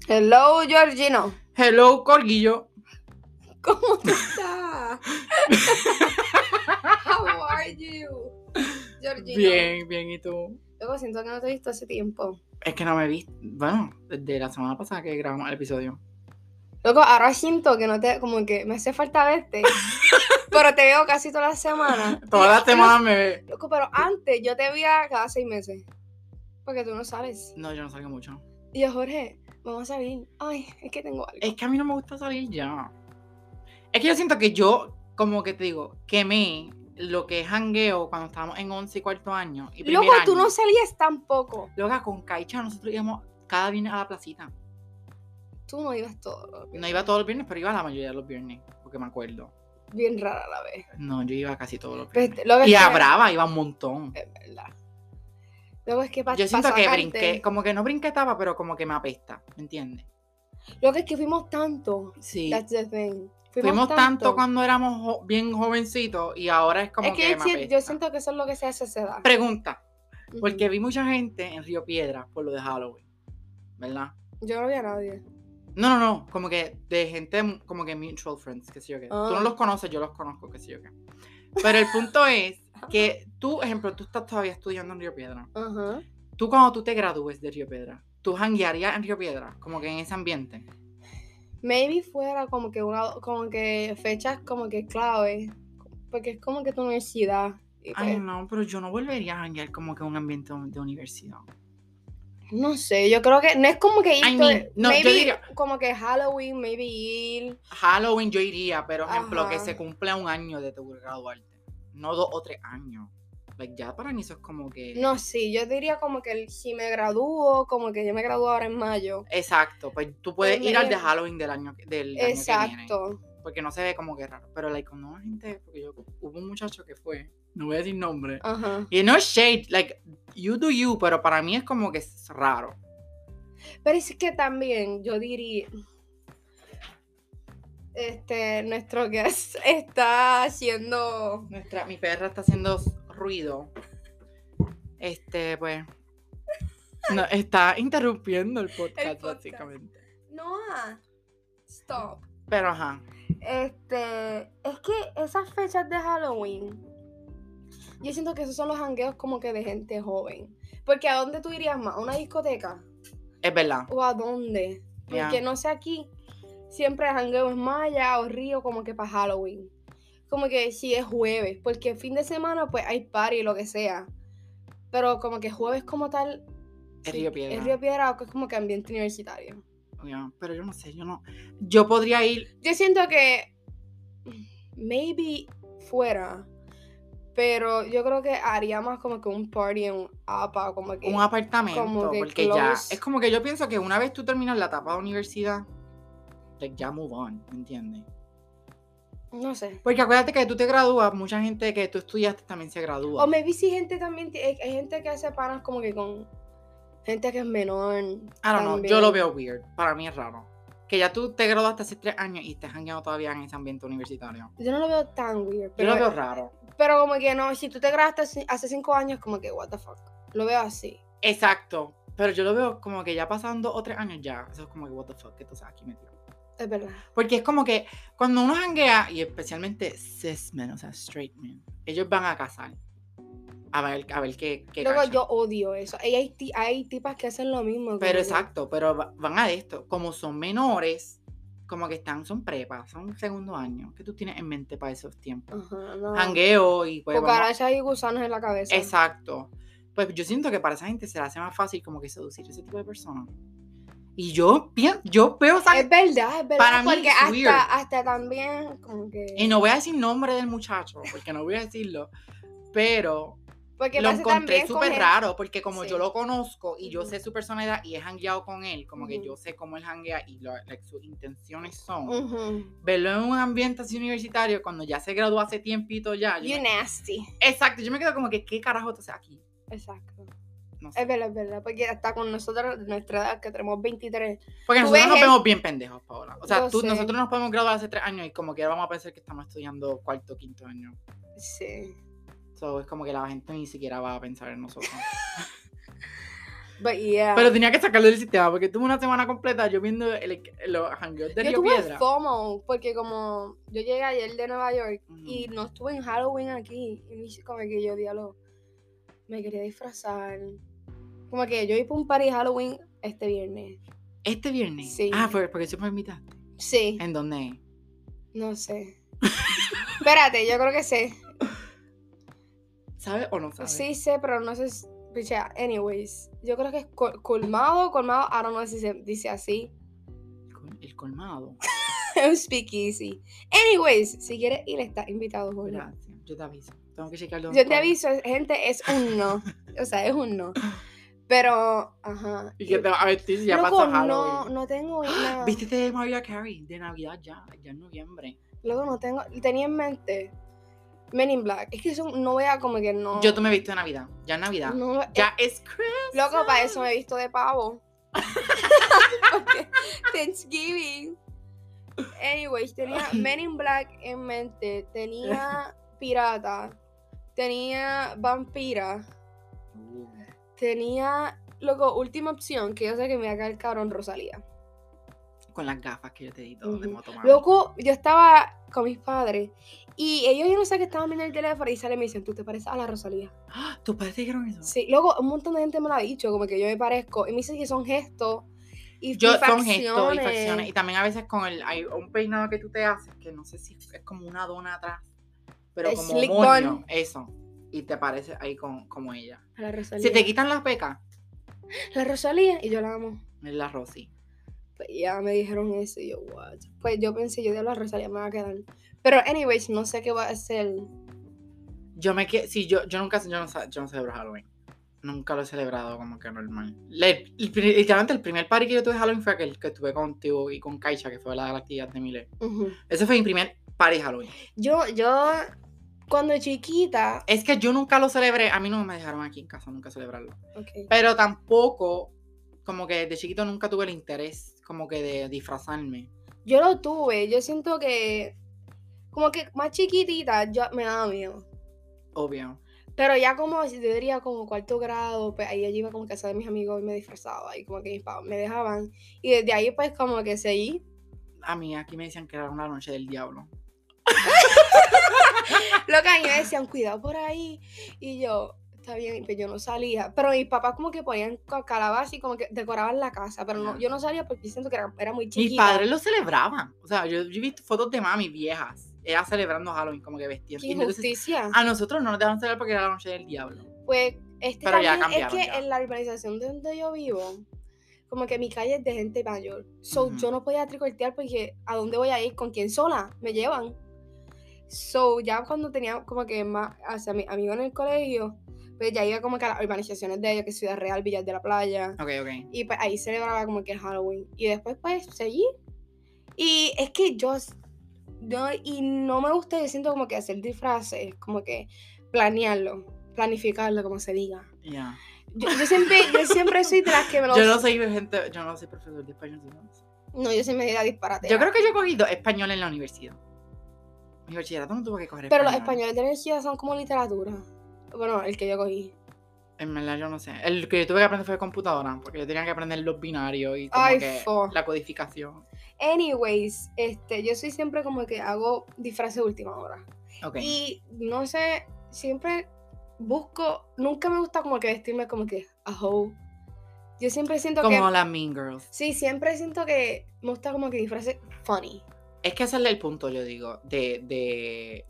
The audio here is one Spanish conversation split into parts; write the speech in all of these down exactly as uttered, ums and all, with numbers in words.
Hello, Georgino. Hello, Corguillo. ¿Cómo tú estás? How are you, Georgino? Bien, bien, ¿y tú? Luego siento que no te he visto hace tiempo. Es que no me he visto, bueno, desde la semana pasada que grabamos el episodio. Loco, ahora siento que no te, como que me hace falta verte. Pero te veo casi todas las semanas. Todas las semanas me ve. Loco, pero antes yo te veía cada seis meses. Porque tú no sales. No, yo no salgo mucho. Y yo, Jorge, vamos a salir. Ay, es que tengo algo. Es que a mí no me gusta salir ya. Es que yo siento que yo, como que te digo, quemé lo que es jangueo cuando estábamos en once y cuarto año. Y primer Loco, tú año. no salías tampoco. Luego con Caicha nosotros íbamos cada viernes a la placita. Tú no ibas todos. No iba todos los viernes, pero iba la mayoría de los viernes, porque me acuerdo. Bien rara a la vez. No, yo iba casi todos los Pues, viernes. lo que Y es a que- Brava iba un montón. Es verdad. Luego es que pa- Yo siento pa que sacarte- brinqué, como que no brinqué etapa, pero como que me apesta, ¿me entiendes? Lo que es que fuimos tanto. Sí. That's the thing. Fuimos tanto cuando éramos jo- bien jovencitos y ahora es como Es que, que yo, me si- apesta. yo siento que eso es lo que se hace a esa edad. Pregunta, Ujú. porque vi mucha gente en Río Piedras por lo de Halloween, ¿verdad? Yo no vi a nadie. No, no, no, como que de gente como que mutual friends, qué sé yo qué. Ah. Tú no los conoces, yo los conozco, qué sé yo qué. Pero el punto es que tú, ejemplo, tú estás todavía estudiando en Río Piedras. Ajá. Tú cuando tú te gradúes de Río Piedras, ¿tú janguearías en Río Piedras? Como que en ese ambiente. Maybe fuera como que una, como que fechas como que clave. Porque es como que tu universidad. Y Ay, pues, no, pero yo no volvería a janguear como que en un ambiente de universidad. no sé, yo creo que no es como que ir. I todo- mean, no, yo maybe diría- como que Halloween, maybe ir. Halloween yo iría, pero ejemplo, Ajá. que se cumple un año de tu graduarte. No dos o tres años. Like, ya para mí eso es como que... No, sí, yo diría como que el- si me gradúo, como que yo me gradúo ahora en mayo. Exacto, pues tú puedes Pues me ir al de llevo. Halloween del año, que- del año que viene. Exacto. Porque no se ve como que raro. Pero like, cuando una gente... Porque yo... Hubo un muchacho que fue... No voy a decir nombre. Ajá. Y no es shade. Like, you do you. Pero para mí es como que es raro. Pero es que también yo diría, este, nuestro guest está haciendo, Nuestra, mi perra está haciendo ruido. Este, pues... No, está interrumpiendo el podcast, El podcast. básicamente. no, stop. Pero ajá. Este, es que esas fechas de Halloween, yo siento que esos son los jangueos como que de gente joven. Porque ¿a dónde tú irías más? ¿A una discoteca? Es verdad. ¿O a dónde? Porque Ya. no sé, aquí siempre el jangueo es Maya o Río como que para Halloween. Como que si es jueves, porque fin de semana pues hay party y lo que sea. Pero como que jueves como tal... Es Río Piedra. Es Río Piedra o que es como que ambiente universitario. Ya, pero yo no sé, yo no... Yo podría ir... Yo siento que maybe fuera, pero yo creo que haría más como que un party en un APA, como que... un apartamento, como que porque ya... close. Es como que yo pienso que una vez tú terminas la etapa de universidad, like, ya move on, ¿me entiendes? No sé. Porque acuérdate que tú te gradúas, mucha gente que tú estudiaste también se gradúa. O maybe si gente también... Hay, hay gente que hace panas como que con... Gente que es menor. I don't know, también. yo lo veo weird, para mí es raro. Que ya tú te graduaste hace tres años y estés jangueando todavía en ese ambiente universitario. Yo no lo veo tan weird. Yo Pero, lo veo raro. pero como que no, si tú te graduaste hace- hace cinco años, como que what the fuck. Lo veo así. Exacto, pero yo lo veo como que ya pasando o tres años ya, eso es como que what the fuck, que tú sabes aquí metido. Es verdad. Porque es como que cuando uno janguea, y especialmente cis men, o sea, straight men, ellos van a casar. A ver, a ver qué, qué Luego cachan. yo odio eso. Y hay, ti- hay tipas que hacen lo mismo. como Pero que- exacto, pero va- van a esto. Como son menores, como que están, son prepas, son segundo año. ¿Qué tú tienes en mente para esos tiempos? Ajá, no. Jangueo y pues. vamos- Cucarachas y gusanos en la cabeza. Exacto. Pues yo siento que para esa gente se le hace más fácil como que seducir ese tipo de personas. Y yo, pien- yo veo esa... Es verdad, es verdad. Para mí porque es hasta, weird. hasta también como que... Y no voy a decir nombre del muchacho, porque no voy a decirlo, pero porque lo pasa encontré también con súper gente- raro, porque como Sí. yo lo conozco y yo Ujú. sé su personalidad y he jangueado con él, como que Ujú. yo sé cómo él janguea y lo- like, sus intenciones son, Ujú. verlo en un ambiente así universitario, cuando ya se graduó hace tiempito ya. yo You me- nasty. Exacto, yo me quedo como que, ¿qué carajo tú haces aquí? Exacto. No sé. Es verdad, es verdad. Porque hasta con nosotros, de nuestra edad, que tenemos veintitrés. Porque tú nosotros ves nos el- vemos bien pendejos, Paola. O sea, Yo tú, sé. nosotros nos podemos graduar hace tres años y como que vamos a pensar que estamos estudiando cuarto o quinto año. Sí. So, es como que la gente ni siquiera va a pensar en nosotros. But yeah. Pero tenía que sacarlo del sistema porque tuve una semana completa yo viendo el, el, los hangueos de Yo Río tuve Piedra. FOMO porque como yo llegué ayer de Nueva York Ujú. y no estuve en Halloween aquí y me hice como que yo diablo me quería disfrazar. Como que yo iba para un party Halloween este viernes. ¿Este viernes? Sí. Ah, fue porque eso me invitaste. Sí. ¿En dónde? No sé. Espérate, yo creo que sé. ¿Sabes o no sabes? Sí sé, pero no sé. si- Pichea, anyways, yo creo que es col- colmado, colmado, I don't know si se dice así. Col- El colmado. Speakeasy. Anyways, si quieres ir, estás invitado, Jorge. Gracias. Yo te aviso. Tengo que checar dónde Yo te está. aviso, gente, es un no. O sea, es un no. Pero, ajá. ¿Y qué te va a vestir si ya Loco, pasó no, Halloween? no tengo nada. ¿Viste de Mariah Carey? De Navidad ya. Ya en noviembre. Luego no tengo, tenía en mente Men in Black. Es que eso no voy a como que no. Yo tú me he visto de Navidad. Ya en Navidad. No, Ya es Christmas. Loco, para eso me he visto de pavo. Porque Thanksgiving. Anyways, tenía Men in Black en mente. Tenía pirata. Tenía vampira. Uh, Tenía, loco, última opción, que yo sé que me va a caer cabrón, Rosalía. Con las gafas que yo te di todo de Ujú. motomami. Loco, yo estaba con mis padres y ellos yo no sé que estaban viendo el teléfono y salen y me dicen, tú te pareces a la Rosalía. ¡Ah! ¿Tus padres te dijeron eso? Sí, luego un montón de gente me lo ha dicho, como que yo me parezco. Y me dicen que son gestos y, Yo y son gestos y facciones. facciones. Y también a veces con el hay un peinado que tú te haces, que no sé si es como una dona atrás, pero El como slick moño, bun. eso. Y te parece ahí con, como ella. A la Rosalía. Si te quitan las pecas, La Rosalía y yo la amo. es la Rosy. Pues ya me dijeron eso y yo, what? Pues yo pensé, yo de la Rosalía me va a quedar. Pero anyways, no sé qué va a hacer. Yo me que sí, yo, yo nunca yo no, sa- yo no celebro Halloween. Nunca lo he celebrado como que normal. Le- el pri- literalmente el primer party que yo tuve de Halloween fue aquel que tuve contigo y con Kaisha, que fue la de la actividad de Miller. Ujú. Ese fue mi primer party de Halloween. Yo, yo, cuando chiquita. Es que yo nunca lo celebré. A mí no me dejaron aquí en casa nunca celebrarlo. Okay. Pero tampoco, como que de chiquito nunca tuve el interés como que de disfrazarme. Yo lo tuve, yo siento que, como que más chiquitita, yo me daba miedo. Obvio. Pero ya como, yo diría como cuarto grado, pues ahí yo iba como a casa de mis amigos y me disfrazaba y como que mis papás me dejaban. Y desde ahí pues como que seguí. A mí aquí me decían que era una noche del diablo. Loca, y me decían, cuidado por ahí. Y yo, está bien, pues yo no salía. Pero mis papás como que ponían ca- calabaza y como que decoraban la casa. Pero no, yo no salía porque yo siento que era, era muy Mis chiquita. padres lo celebraban. O sea, yo, yo he visto fotos de mami viejas. Ella celebrando Halloween, como que vestidas. Qué Y entonces, injusticia. a nosotros no nos dejaban celebrar porque era la noche del diablo. Pues este Pero ya también es cambiaron, que ya. en la urbanización de donde yo vivo, como que mi calle es de gente mayor. So Ujú. yo no podía tricotear porque ¿a dónde voy a ir? ¿Con quién sola? Me llevan. So ya cuando tenía como que más hacia mi amigo en el colegio, pues ya iba como que a las urbanizaciones de ellos, que es Ciudad Real, Villas de la Playa. Ok, ok. Y pues ahí celebraba como que el Halloween. Y después pues seguí. Y es que yo, yo y no me gusta, yo siento como que hacer disfraces, como que planearlo, planificarlo, como se diga. Ya. Yo, yo siempre, yo siempre soy de las que me lo... Yo no soy gente, yo no soy profesor de español. ¿no? No, yo soy media disparate. Yo creo que yo he cogido español en la universidad. Mi bachillerato no tuve que coger Pero los español. españoles de energía son como literatura. Bueno, el que yo cogí. En verdad yo no sé. El que yo tuve que aprender fue de computadora, porque yo tenía que aprender los binarios y como Ay, que fo. la codificación. Anyways, este, yo soy siempre como que hago disfraces de última hora. Ok. Y no sé, siempre busco, nunca me gusta como que vestirme como que a hoe. Yo siempre siento Como que... las Mean Girls. Sí, siempre siento que me gusta como que disfraces funny. Es que hacerle el punto, yo digo, de, de,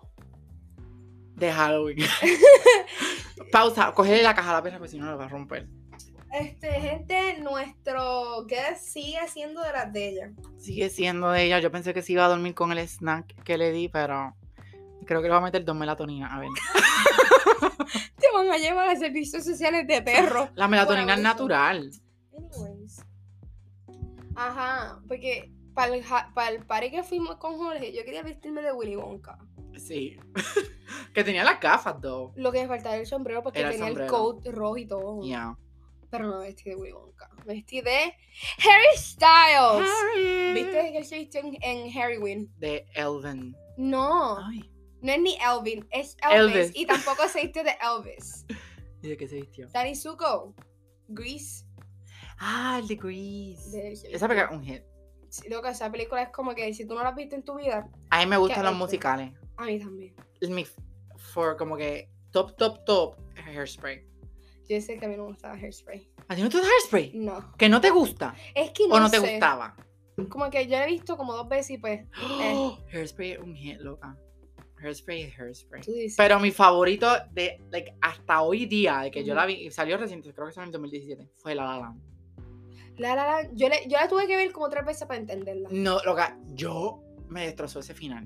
de Halloween. Pausa, cogerle la caja a la perra porque si no la va a romper. Este, gente, nuestro guest sigue siendo de las de ella. Sigue siendo de ella. Yo pensé que se iba a dormir con el snack que le di, pero creo que le va a meter dos melatonina. A ver. Te van a llevar a servicios sociales de perro. La melatonina es Por abuso. natural. Anyways. Ajá, porque para el, ja- para el party que fuimos con Jorge, yo quería vestirme de Willy Wonka. Sí. Que tenía las gafas, though. Lo que me faltaba era el sombrero porque Era el tenía el sombrero. coat rojo y todo. Yeah. Pero no me vestí de Willy Wonka. Me vestí de Harry Styles. ¿Viste que él se vistió en, en Harrywin? De Elvin. No, Ay. no es ni Elvin, es Elvis. Elvis. Y tampoco se vistió de Elvis. ¿Y de qué se vistió? Danny Zuko. Grease. Ah, el de Grease. De- Esa película es un hit. Sí, loca, esa película es como que si tú no la has visto en tu vida, A mí me gustan ¿Qué los arte? musicales. a mí también. Mi, for como que top, top, top, es Hairspray. Yo sé que a mí no me gustaba Hairspray. ¿A ti no te gusta Hairspray? No. ¿Que no te gusta? Es que no ¿O no te sé. gustaba? Como que yo la he visto como dos veces y pues, eh, Hairspray es un hit, loca. Hairspray es Hairspray. tú dices. Pero mi favorito de, like, hasta hoy día, de que yo Ujú. la vi, y salió reciente, creo que salió en el dos mil diecisiete, fue La La Land. La, la, la, yo, le, yo la tuve que ver como tres veces para entenderla. No, loca, yo me destrozó ese final.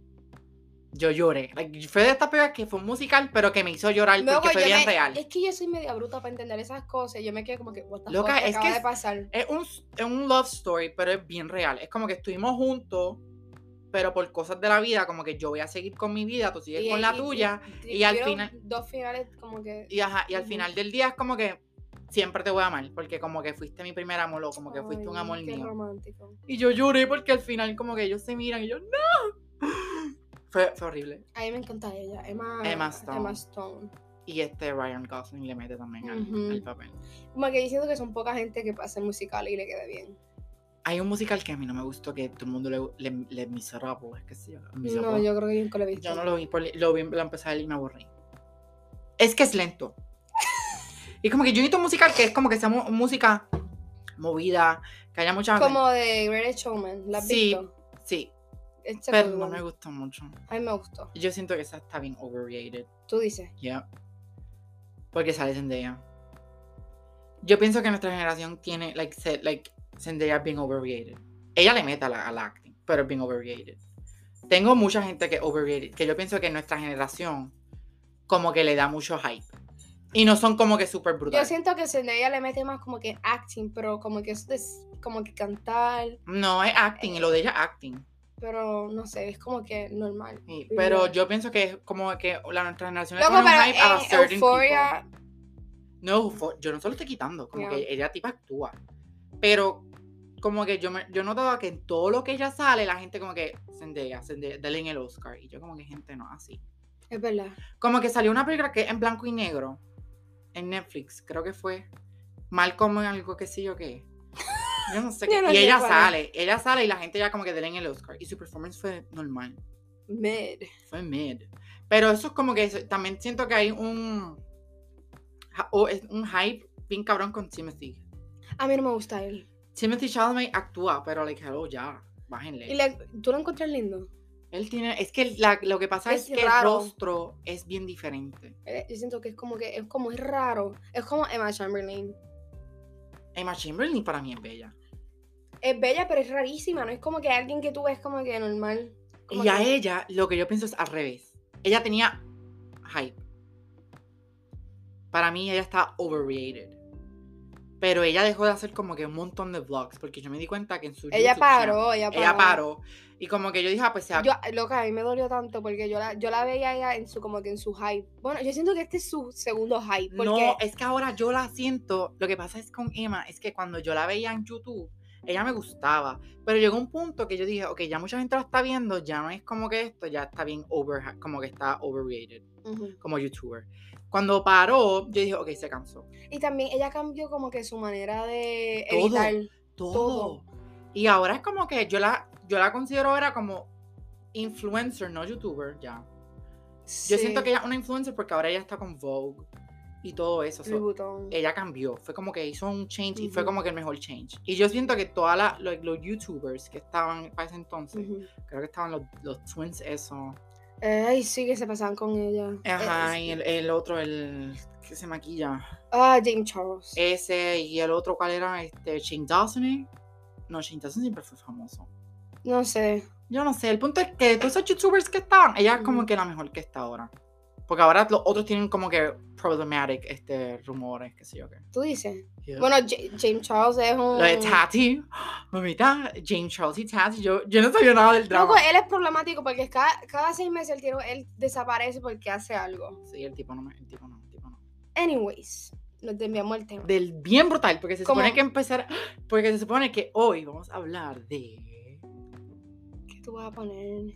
Yo lloré. Like, fue de estas películas que fue un musical, pero que me hizo llorar Luego, porque fue yo bien me- real. Es que yo soy media bruta para entender esas cosas. Yo me quedé como que, what the Loca, fuck, ¿qué es acaba que de es- pasar? Es un, es un love story, pero es bien real. Es como que estuvimos juntos, pero por cosas de la vida, como que yo voy a seguir con mi vida, tú sigues Y- con la y- tuya. y- y al tuvieron final- dos finales como que... Y, ajá, y al Ujú. final del día es como que siempre te voy a amar, porque como que fuiste mi primer amor o como que fuiste un Ay, amor qué mío. romántico. Y yo lloré porque al final como que ellos se miran y yo, ¡no! Fue, fue horrible. A mí me encanta ella, Emma, Emma Stone. Emma Stone. Y este Ryan Gosling le mete también al, Ujú. al papel. Como que diciendo que son poca gente que pasa el musical y le quede bien. Hay un musical que a mí no me gustó, que todo el mundo le, le, le Miserable, es que sí, No, Miserable. yo creo que yo nunca lo he visto. Yo no lo vi, por, lo vi, lo empecé a ver y me aburrí. Es que es lento. Y como que yo necesito un musical que es como que sea mu- música movida, que haya mucha... Como de Greatest Showman, ¿la has Sí, visto? sí, It's a pero good no one. me gustó mucho. A mí me gustó. Yo siento que esa está bien overrated. Tú dices. Yeah. Porque sale Zendaya. Yo pienso que nuestra generación tiene, like, se- like Zendaya es bien overrated. Ella le mete al, al acting, pero es bien overrated. Tengo mucha gente que es overrated, que yo pienso que nuestra generación como que le da mucho hype. Y no son como que súper Yo brutales. siento que Zendaya le mete más como que acting, pero como que eso es como que cantar, No, es acting, y lo de ella es acting. pero no sé, es como que normal. Sí, Y pero ya. yo pienso que es como que la nuestra generación le Loco, pone un pero hype a en certain Euphoria, people. No, Eupho- yo no se lo estoy quitando, como Yeah. que ella tipo actúa. Pero como que yo me, yo notaba que en todo lo que ella sale, la gente como que Zendaya, Zendaya, dale en el Oscar. Y yo como que gente no así. es verdad. Como que salió una película que es en blanco y negro en Netflix, creo que fue Malcolm en algo que sí o qué. Yo no sé Yo qué. no Y sé ella cuál es. sale, ella sale y la gente ya como que dale en el Oscar. Y su performance fue normal, Mid. fue mid. Pero eso es como que eso- también siento que hay un, ja- o es un hype bien cabrón con Timothy. A mí no me gusta él. Timothy Chalamet actúa, pero like, hello, ya, bájenle. ¿Y le- tú lo encuentras lindo? Él tiene, es que la- lo que pasa es, Es que raro. el rostro es bien diferente. Eh, Yo siento que es como que es como es raro. Es como Emma Chamberlain. Emma Chamberlain para mí es bella. Es bella, pero es rarísima. No es como que alguien que tú ves como que normal. Como Y a que- ella, lo que yo pienso es al revés. Ella tenía hype. Para mí, ella está overrated. Pero ella dejó de hacer como que un montón de vlogs. Porque yo me di cuenta que en su Ella YouTube paró, channel, ella paró. ella paró. Y como que yo dije, ah, pues sea. Yo, loca, a mí me dolió tanto porque yo la, yo la veía a ella en su, como que en su hype. Bueno, yo siento que este es su segundo hype. Porque No, es que ahora yo la siento. Lo que pasa es con Emma, es que cuando yo la veía en YouTube, ella me gustaba. Pero llegó un punto que yo dije, ok, ya mucha gente lo está viendo, ya no es como que esto, ya está bien over, como que está overrated, Ujú. como YouTuber. Cuando paró, yo dije, ok, se cansó. Y también ella cambió como que su manera de Todo. editar. Todo. Todo. Y ahora es como que yo la, yo la considero ahora como influencer, no YouTuber, ya. Yo siento que ella es una influencer porque ahora ella está con Vogue y todo eso. so, Louis Vuitton. ella cambió, fue como que hizo un change y fue Ujú. como que el mejor change. Y yo siento que todos los, los YouTubers que estaban para ese entonces, Ujú. creo que estaban los, los twins, eso. Ay, sí, que se pasaban con ella. Ajá, Eh, y el, el otro, el que se maquilla. Ah, James Charles. Ese y el otro, ¿cuál era? Este, Shane Dawson. No, Shane Dawson siempre fue famoso. No sé. Yo no sé, el punto es que de todos esos YouTubers que estaban, ella es como Ujú. que la mejor que está ahora. Porque ahora los otros tienen como que problematic este, rumores, qué sé yo qué. ¿Tú dices? Yeah. Bueno, J- James Charles es un... Lo de Tati, mamita, James Charles y Tati, yo, yo no sabía nada del drama. Loco, él es problemático porque cada, cada seis meses él, tiene- él desaparece porque hace algo. Sí, el tipo no, me- el tipo no, el tipo no. Anyways, nos desviamos el tema. Del bien brutal, porque se ¿Cómo? supone que empezar, porque se supone que hoy vamos a hablar de... ¿Qué tú vas a poner?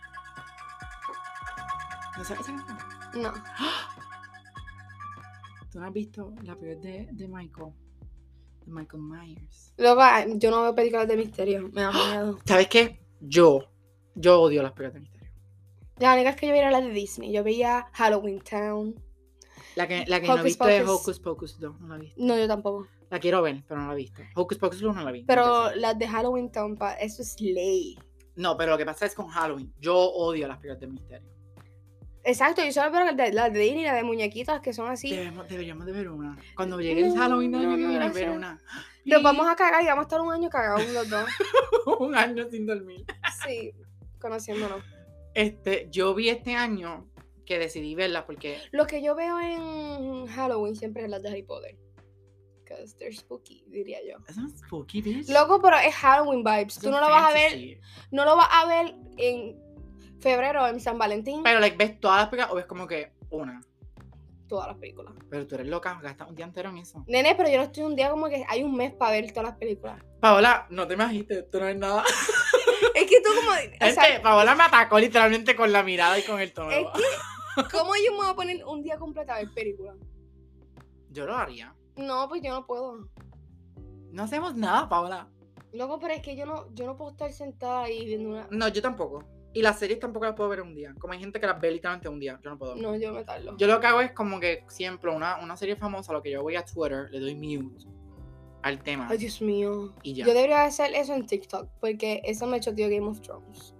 ¿No sabes esa canción? No. Tú ¿Tú no has visto la película de, de Michael? De Michael Myers. Luego, yo no veo películas de misterio. Me da miedo. ¿Sabes qué? Yo, yo odio las películas de misterio. La única es que yo veía era la de Disney. Yo veía Halloween Town. La que, la que no he Hocus visto es Pocus. Hocus Pocus dos, no la he visto. No, yo tampoco. La quiero ver, pero no la he visto. Hocus Pocus dos no la vi. Pero las de Halloween Town, pa, eso es ley. No, pero lo que pasa es con Halloween. Yo odio las películas de misterio. Exacto, yo solo veo las de, las de Disney, las de muñequitas que son así. Debemos, deberíamos de ver una. Cuando llegue el Halloween del no, año que no, viene, gracias. ver una. Nos vamos a cagar y vamos a estar un año cagados los dos. Un año sin dormir. Sí, conociéndonos. Este, yo vi este año que decidí verla porque... Lo que yo veo en Halloween siempre es las de Harry Potter. Because they're spooky, diría yo. Es un spooky, bitch. Loco, pero es Halloween vibes. Es Tú un no lo vas a ver, fantasy. no lo vas a ver en febrero, en San Valentín. Pero, like, ¿ves todas las películas o ves como que una? Todas las películas. Pero tú eres loca, gastas un día entero en eso. Nene, pero yo no estoy un día como que hay un mes para ver todas las películas. Paola, no te imagines, tú no es nada. Es que tú como... o sea, Gente, Paola me atacó literalmente con la mirada y con el tono. es que, ¿cómo yo me voy a poner un día completo a ver películas? Yo lo haría. No, pues yo no puedo. No hacemos nada, Paola. Loco, pero es que yo no, yo no puedo estar sentada ahí viendo una... No, yo tampoco. Y las series tampoco las puedo ver un día. Como hay gente que las ve literalmente un día. Yo no puedo. No, yo me tardo. Yo lo que hago es como que siempre una, una serie famosa, lo que yo voy a Twitter, le doy mute al tema. Ay, Dios mío. Y ya. Yo debería hacer eso en TikTok, porque eso me choteó Game of Thrones.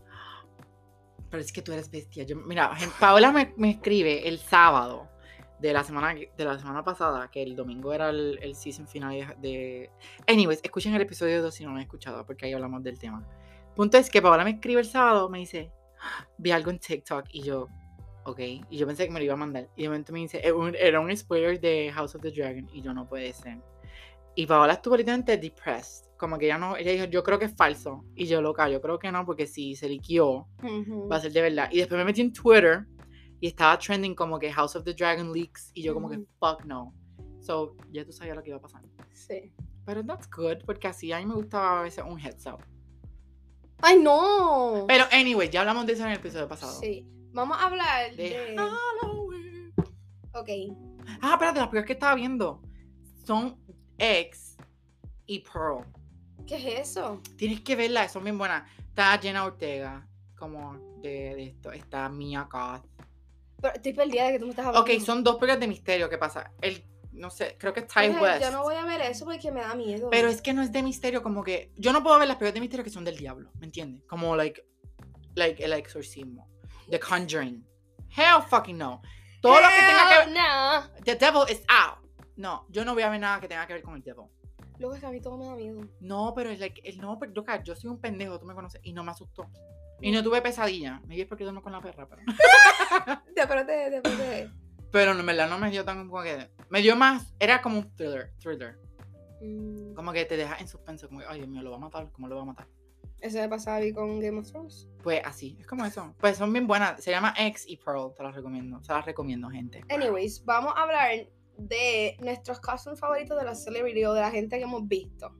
Pero es que tú eres bestia. Yo, mira, gen- Paola me, me escribe el sábado de la semana de la semana pasada, que el domingo era el, el season final de, de... Anyways, escuchen el episodio dos si no lo han escuchado, porque ahí hablamos del tema. Punto es que Paola me escribe el sábado, me dice, "Ah, vi algo en TikTok", y yo, ok, y yo pensé que me lo iba a mandar, y de momento me dice, "Eh, un- era un spoiler de House of the Dragon", y yo, no puede ser. Y Paola estuvo literalmente depressed, como que ella no, ella dijo, yo creo que es falso, y yo, loca, yo creo que no, porque si se liqueó, Ujú. va a ser de verdad. Y después me metí en Twitter y estaba trending como que House of the Dragon leaks y yo como que Ujú. fuck no. So, ya tú sabías lo que iba a pasar. Sí. Pero that's good, porque así a mí me gustaba a veces un heads up. ¡Ay, no! Pero anyway, ya hablamos de eso en el episodio pasado. Sí. Vamos a hablar De de... Halloween. Ok. Ah, espérate, las películas que estaba viendo son X y Pearl. ¿Qué es eso? Tienes que verlas, son bien buenas. Está Jenna Ortega, como de, de esto. Está Mia Goth. Pero estoy perdida de que tú me estás hablando. Ok, son dos películas de misterio. ¿Qué pasa? El, no sé, creo que es Ty Entonces, West. yo no voy a ver eso porque me da miedo. Pero es que no es de misterio, como que... Yo no puedo ver las películas de misterio que son del diablo, ¿me entiendes? Como, like, like el exorcismo. The Conjuring. Hell fucking no. Todo lo que tenga que ver... Hell no. The devil is out. No, yo no voy a ver nada que tenga que ver con el devil. Luego es que a mí todo me da miedo. No, pero es like... El, no, pero loca, yo soy un pendejo, tú me conoces. Y no me asustó. Y no tuve pesadilla. Me es porque duermo con la perra, pero... Te protege, te protege. Pero en verdad no me dio tan como que... Me dio más... Era como un thriller. Thriller. Mm, Como que te deja en suspenso. Como que, ay, Dios mío, lo va a matar. ¿Cómo lo va a matar? Eso me pasaba a mí con Game of Thrones. Pues así, es como eso. Pues son bien buenas. Se llama X y Pearl, te las recomiendo. Se las recomiendo, gente. Anyways, vamos a hablar de nuestros casos favoritos de la celebrity o de la gente que hemos visto.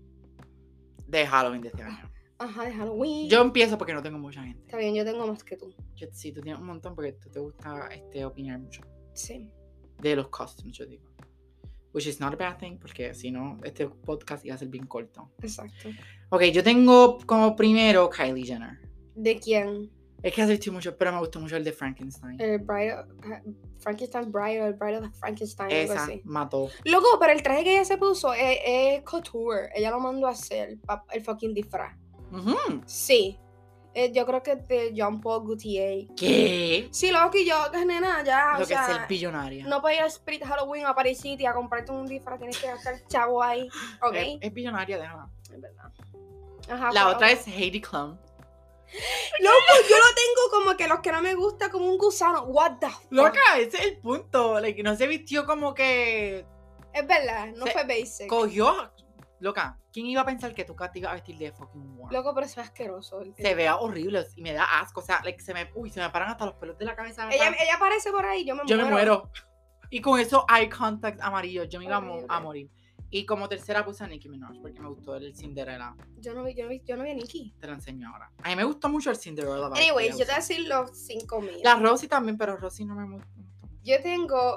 De Halloween de este año. Ajá, de Halloween. Yo empiezo porque no tengo mucha gente. Está bien, yo tengo más que tú. Yo, sí, tú tienes un montón porque tú te gusta este, opinar mucho. Sí. De los costumes, yo digo. Which is not a bad thing, porque si no, este podcast iba a ser bien corto. Exacto. Ok, yo tengo como primero Kylie Jenner. ¿De quién? Es que hace visto mucho, pero me gustó mucho el de Frankenstein. El Bride of, Frankenstein Bride o el Bride of Frankenstein, algo Esa así. mató. Loco, pero el traje que ella se puso es, es couture. Ella lo mandó a hacer, pa- el fucking disfraz. Ujú. Sí. Eh, yo creo que es de Jean Paul Gaultier. ¿Qué? Sí, loco, y yo, que nena, ya, Lo o que sea, es ser billonaria. no puedes ir a Spirit Halloween a Paris City a comprarte un disfraz, tienes que gastar chavo ahí, ¿ok? Es, es billonaria, déjala. Es verdad. Ajá, La pero- otra es Heidi Klum. Loco, yo lo tengo como que los que no me gusta como un gusano. What the fuck? Loca, ese es el punto. Like, no se vistió como que Es verdad, no Se- fue basic. cogió. Loca, ¿quién iba a pensar que tu cat te iba a vestir de fucking warm? Loco, pero eso es asqueroso. Se vea horrible y me da asco. O sea, like, se me, uy, se me paran hasta los pelos de la cabeza. Ella, ella aparece por ahí, yo me yo muero. me muero. Y con eso eye contact amarillo, yo me iba a, mo- Horrible. a morir. Y como tercera puse a Nicki Minaj porque me gustó el Cinderella. Yo no vi, yo no vi, yo no vi a Nicki. Te lo enseño ahora. A mí me gustó mucho el Cinderella. vibe que Anyways, ella yo te voy a usó. decir los cinco mil. La Rosy también, pero Rosy no me mu- me gustó mucho. Yo tengo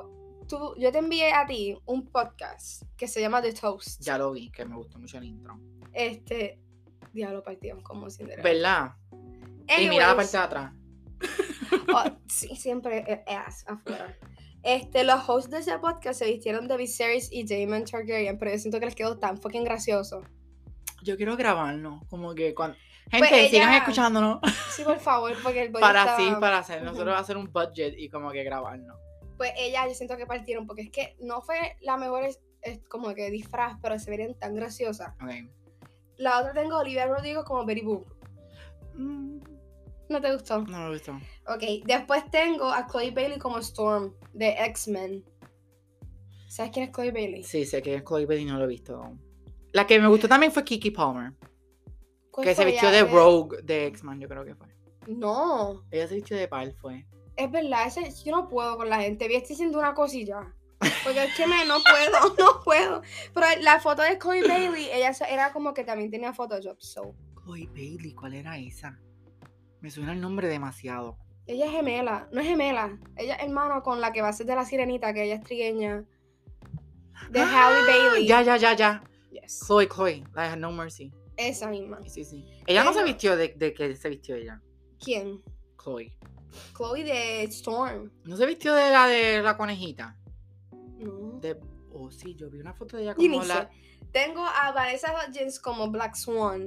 tú, yo te envié a ti un podcast que se llama The Toast. Ya lo vi, que me gustó mucho el intro. Este, diablo partido, como Cinderella. ¿Verdad? Y mira la parte de atrás. Oh, sí, siempre es afuera. Este, los hosts de ese podcast se vistieron de Viserys y Daemon Targaryen, pero yo siento que les quedó tan fucking gracioso. Yo quiero grabarlo, como que cuando... Gente, Pues ella- sigan escuchándonos. Sí, por favor, porque el budget Para estaba- así, para hacer, Ujú. nosotros hacer un budget y como que grabarlo. Pues ella, yo siento que partieron, porque es que no fue la mejor es, es como que disfraz, pero se verían tan graciosas. Ok. La otra tengo a Olivia Rodrigo como Betty Boop. Mm, ¿No te gustó? no me gustó. Ok, después tengo a Chloe Bailey como Storm, de X-Men. ¿Sabes quién es Chloe Bailey? Sí, sé que es Chloe Bailey, no lo he visto aún. La que me gustó también fue Kiki Palmer. ¿Cuál Que se fue vistió ella? de Rogue de X-Men, yo creo que fue. No, Ella se vistió de Pal, fue. es verdad, ese- yo no puedo con la gente. Vi estoy haciendo una cosilla. Porque es que me, no puedo, no puedo. Pero la foto de Chloe Bailey, ella se- era como que también tenía Photoshop, so. Chloe Bailey, ¿cuál era esa? Me suena el nombre demasiado. Ella es gemela, no es gemela. Ella es hermana con la que va a ser de la sirenita, que ella es trigueña. De Ah, Halle Bailey. Ya, ya, ya, ya. Yes. Chloe, Chloe, la de No Mercy. Esa misma. Sí, sí. Ella no se Pero- vistió de, de que se vistió ella. ¿Quién? Chloe. Chloe de Storm. ¿No se vistió de la de la conejita? No. De... Oh, sí, yo vi una foto de ella Y como ni la... sé. Tengo a Vanessa Hudgens como Black Swan.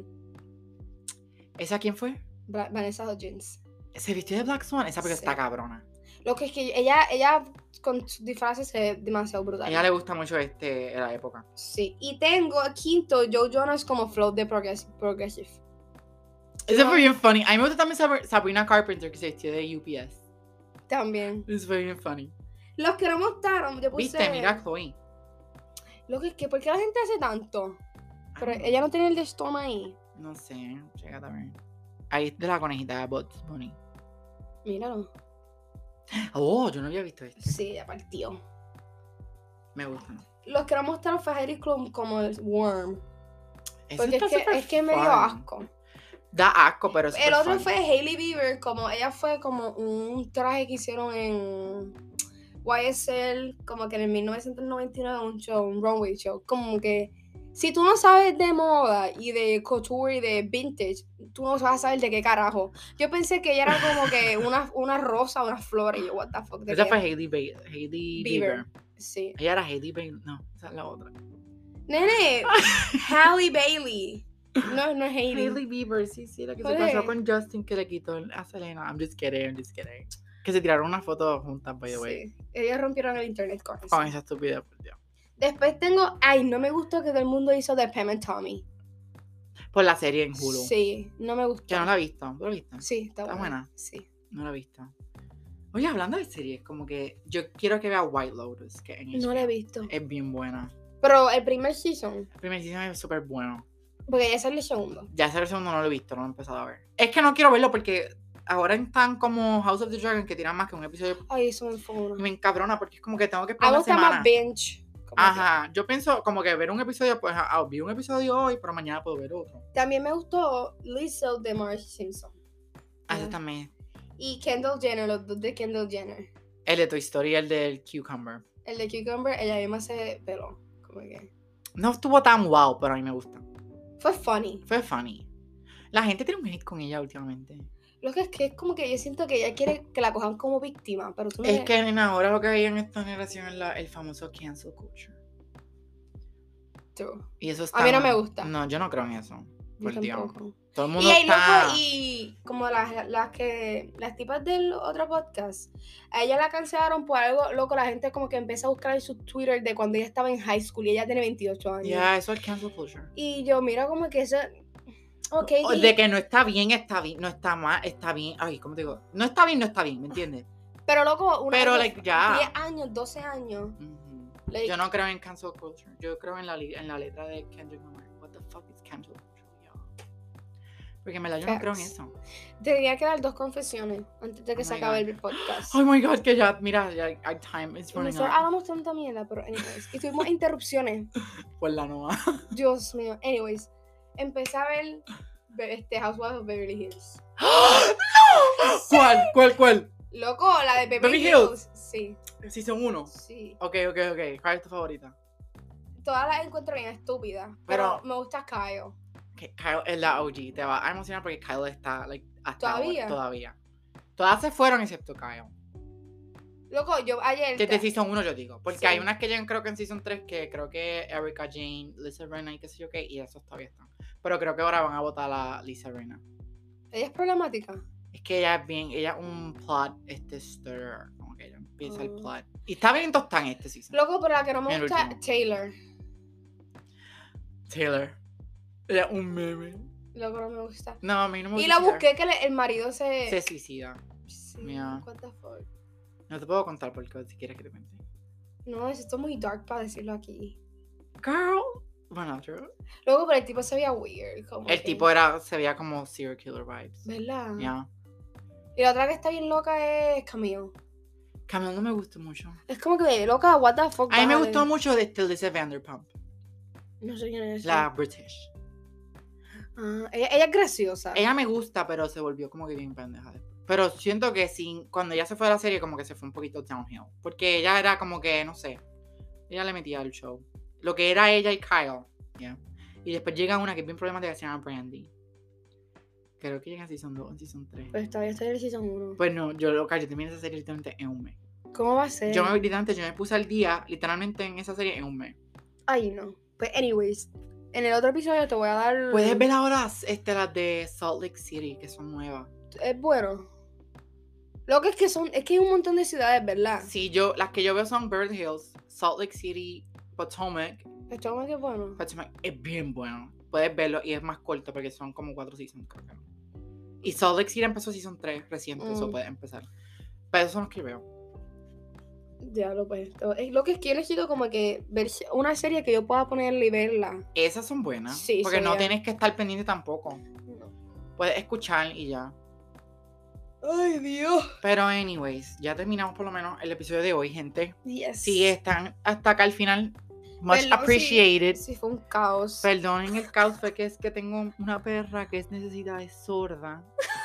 ¿Esa quién fue? Bla- Vanessa Hudgens. ¿Se vistió de Black Swan? Esa porque Sí. está cabrona. Lo que es que ella, ella con sus disfraces se ve demasiado brutal. A ella le gusta mucho este, la época. Sí. Y tengo a quinto Joe Jonas como Float de Progress- Progressive. Ese No. fue bien funny. A mí me gusta también Sab- Sabrina Carpenter que se vistió de U P S. También. Eso fue bien funny. Los que no me gustaron, yo puse... Viste, mira Chloe. Lo que es que, ¿por qué la gente hace tanto? Pero Ay, ella no tiene el de Storm ahí. No sé, llega también. Ahí es de la conejita de Bugs Bunny. Míralo. Oh, yo no había visto este. Sí, ya partió. Me gusta. Los que no me gustaron fue Heidi Klum como el Worm. Eso Porque es está que, súper es que me dio fun. asco. Da asco, pero es El súper otro fun. fue Hailey Bieber, como ella fue como un traje que hicieron en Y S L, como que en el mil novecientos noventa y nueve, un show, un runway show. Como que si tú no sabes de moda y de couture y de vintage, tú no vas a saber de qué carajo. Yo pensé que ella era como que una, una rosa, una flor, y yo, what the fuck. ¿de Esa qué? fue Hailey, Ba- Hailey Bieber. Bieber. Sí. Ella era Hailey Bieber. No, esa es la otra. Nene, Halle Bailey. No, no es Hailey. Hailey Bieber, sí, sí, la que se ¿Cuál casó es? con Justin que le quitó a Selena. I'm just kidding, I'm just kidding. Que se tiraron una foto juntas, by the way. Sí. Ellos rompieron el internet con eso. Con esa estupidez, por Dios. Después tengo, ay, no me gustó que todo el mundo hizo de Pam and Tommy. Por la serie en Hulu. Sí, no me gustó. Que no la he visto. ¿Tú la has visto? Sí, está, ¿Está buena. buena? Sí. No la he visto. Oye, hablando de series, como que yo quiero que vea White Lotus, que en No la he H B O. visto. Es bien buena. Pero el primer season, El primer season es súper bueno. porque ya sale el segundo. Ya ese segundo no lo he visto, no lo he empezado a ver. Es que no quiero verlo porque ahora están como House of the Dragon que tiran más que un episodio. Ay, eso me Y enfogona. me encabrona porque es como que tengo que A esperar mí me una gusta semana. más binge. como Ajá, yo pienso como que ver un episodio, pues ah, vi un episodio hoy, pero mañana puedo ver otro. que- También me gustó Lisa de Marge Simpson. Ah, ese Ah. también. Y Kendall Jenner, los dos de Kendall Jenner. El de Toy Story y el del Cucumber. El de Cucumber, ella misma se peló. Como que... No estuvo tan wow, pero a mí me gusta. Fue funny. Fue funny. La gente tiene un hit con ella últimamente. Lo que es que es como que yo siento que ella quiere que la cojan como víctima, pero tú no Es le- que nena, ahora lo que hay en esta generación es la- el famoso cancel culture. True. Y eso A mí no está- me gusta. No, yo no creo en eso. Yo Por Dios. tampoco. Todo el mundo Y hay está... loco, y como las, las que las tipas del otro podcast, a ella la cancelaron por algo loco, la gente como que empieza a buscar en su Twitter de cuando ella estaba en high school y ella tiene veintiocho años. Ya, eso es cancel culture. Y yo mira como que eso, ok, O di- De que no está bien, está bien. No está mal, está bien. Ay, ¿cómo te digo? No está bien, no está bien, ¿me entiendes? pero loco, una Pero, de like, ya. diez años, doce años, Ujú. like, Yo no creo en cancel culture. Yo creo en la, li- en la letra de Kendrick Lamar. What the fuck is cancel culture, y'all? Porque en verdad yo no creo en Facts. eso. tenía que dar dos confesiones antes de que Oh se my acabe God. el podcast. Oh my god, que ya, mira, ya, our time is Y running nosotros out. hablamos tanta mierda, pero anyways, y tuvimos interrupciones. Por la nova. Dios mío. Anyways, empecé a ver be- este Housewives of Beverly Hills. ¿Cuál? ¿Cuál? ¿Cuál? Loco, la de Beverly, Beverly Hills. Hills. Sí, Season uno. sí. Ok, ok, ok. ¿Cuál es tu favorita? Todas las encuentro bien estúpidas. Pero- Pero, me gusta Kyle. Que Kyle es la O G. Te va a emocionar porque Kyle está, like, hasta ¿Todavía? ahora. Todavía. Todas se fueron excepto Kyle. Loco, yo ayer. Desde Season uno yo digo. Porque Sí. hay unas que llegan creo que en Season tres que creo que Erika Jane, Lisa Rinna y qué sé yo qué. Y esos todavía están. Pero creo que ahora van a votar a Lisa Rinna. Ella es problemática. Es que ella es bien, ella es un plot, este, stir, como que ella empieza el Mm. plot. Y está bien tostada en este season. Loco, pero la que no me El gusta último. Taylor. Taylor. Ella es un meme. Loco, no me gusta. No, a mí no me gusta. Y la Taylor. busqué que le- el marido se. Se suicida. Sí, Mira. what the fuck. No te puedo contar porque si quieres que te cuente. No, eso está muy dark para decirlo aquí. Girl. Bueno, true. Luego, pero el tipo se veía weird. Como El que- tipo era, se veía como serial killer vibes. ¿Verdad? Ya. Y la otra que está bien loca es Camille. Camille no me gustó mucho. Es como que loca, what the fuck. A mí me bájale. gustó mucho de este Lisa Vanderpump. No sé quién es. La British. Ah, ella, ella es graciosa. Ella me gusta, pero se volvió como que bien pendeja después. Pero siento que sin, cuando ella se fue a la serie, como que se fue un poquito downhill. Porque ella era como que, no sé, ella le metía al show. Lo que era ella y Kyle, ¿ya? Y después llega una que es bien problemática que se llama Brandy. Creo que llega en Season dos, en Season tres. Pues todavía estoy en el season uno. Pues no, yo lo yo terminé esa serie literalmente en un mes. ¿Cómo va a ser? Yo me, literalmente, yo me puse al día, literalmente en esa serie en un mes. Ay, no. Pues, anyways, en el otro episodio te voy a dar. Puedes ver ahora este, las de Salt Lake City, que son nuevas. Es bueno. Lo que es que son. Es que hay un montón de ciudades, ¿verdad? Sí, yo, las que yo veo son Beverly Hills, Salt Lake City, Potomac. Esto más que bueno. Potomac es bien bueno. Puedes verlo y es más corto porque son como cuatro seasons, creo que no. Y Salt Lake City empezó Season tres reciente, eso Mm. puede empezar. Pero esos son los que veo. Ya lo pues. Es lo que es que yo necesito como que ver una serie que yo pueda ponerle y verla. Esas son buenas. Sí, porque son no ya. tienes que estar pendiente tampoco. No. Puedes escuchar y ya. Ay, Dios. Pero anyways, ya terminamos por lo menos el episodio de hoy, gente. Yes. Si están hasta acá al final, much Perdón, appreciated. Sí, fue un caos. Perdonen el caos, fue que es que tengo una perra que es necesidad de sorda.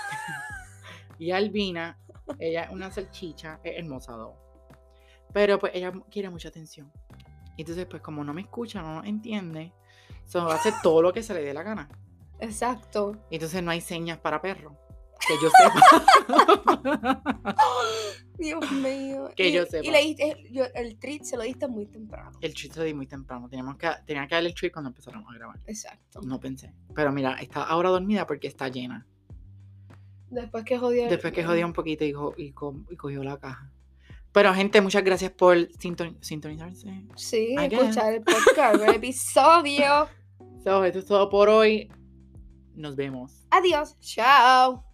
Y Albina, ella es una salchicha, es hermosa, though. Pero pues ella quiere mucha atención. Y entonces, pues como no me escucha, no nos entiende, solo hace todo lo que se le dé la gana. Exacto. Y entonces no hay señas para perro. Que yo sepa. Dios mío. Que y, yo sepa. Y le diste, yo, el treat se lo diste muy temprano. El treat se lo di muy temprano. Teníamos que, tenía que darle el treat cuando empezáramos a grabar. Exacto. No pensé. Pero mira, está ahora dormida porque está llena. Después que jodió. Después que jodió un poquito y, co- y, co- y cogió la caja. Pero gente, muchas gracias por sinton- sintonizarse. Sí, I escuchar el podcast, el episodio. So, esto es todo por hoy. Nos vemos. Adiós. Chao.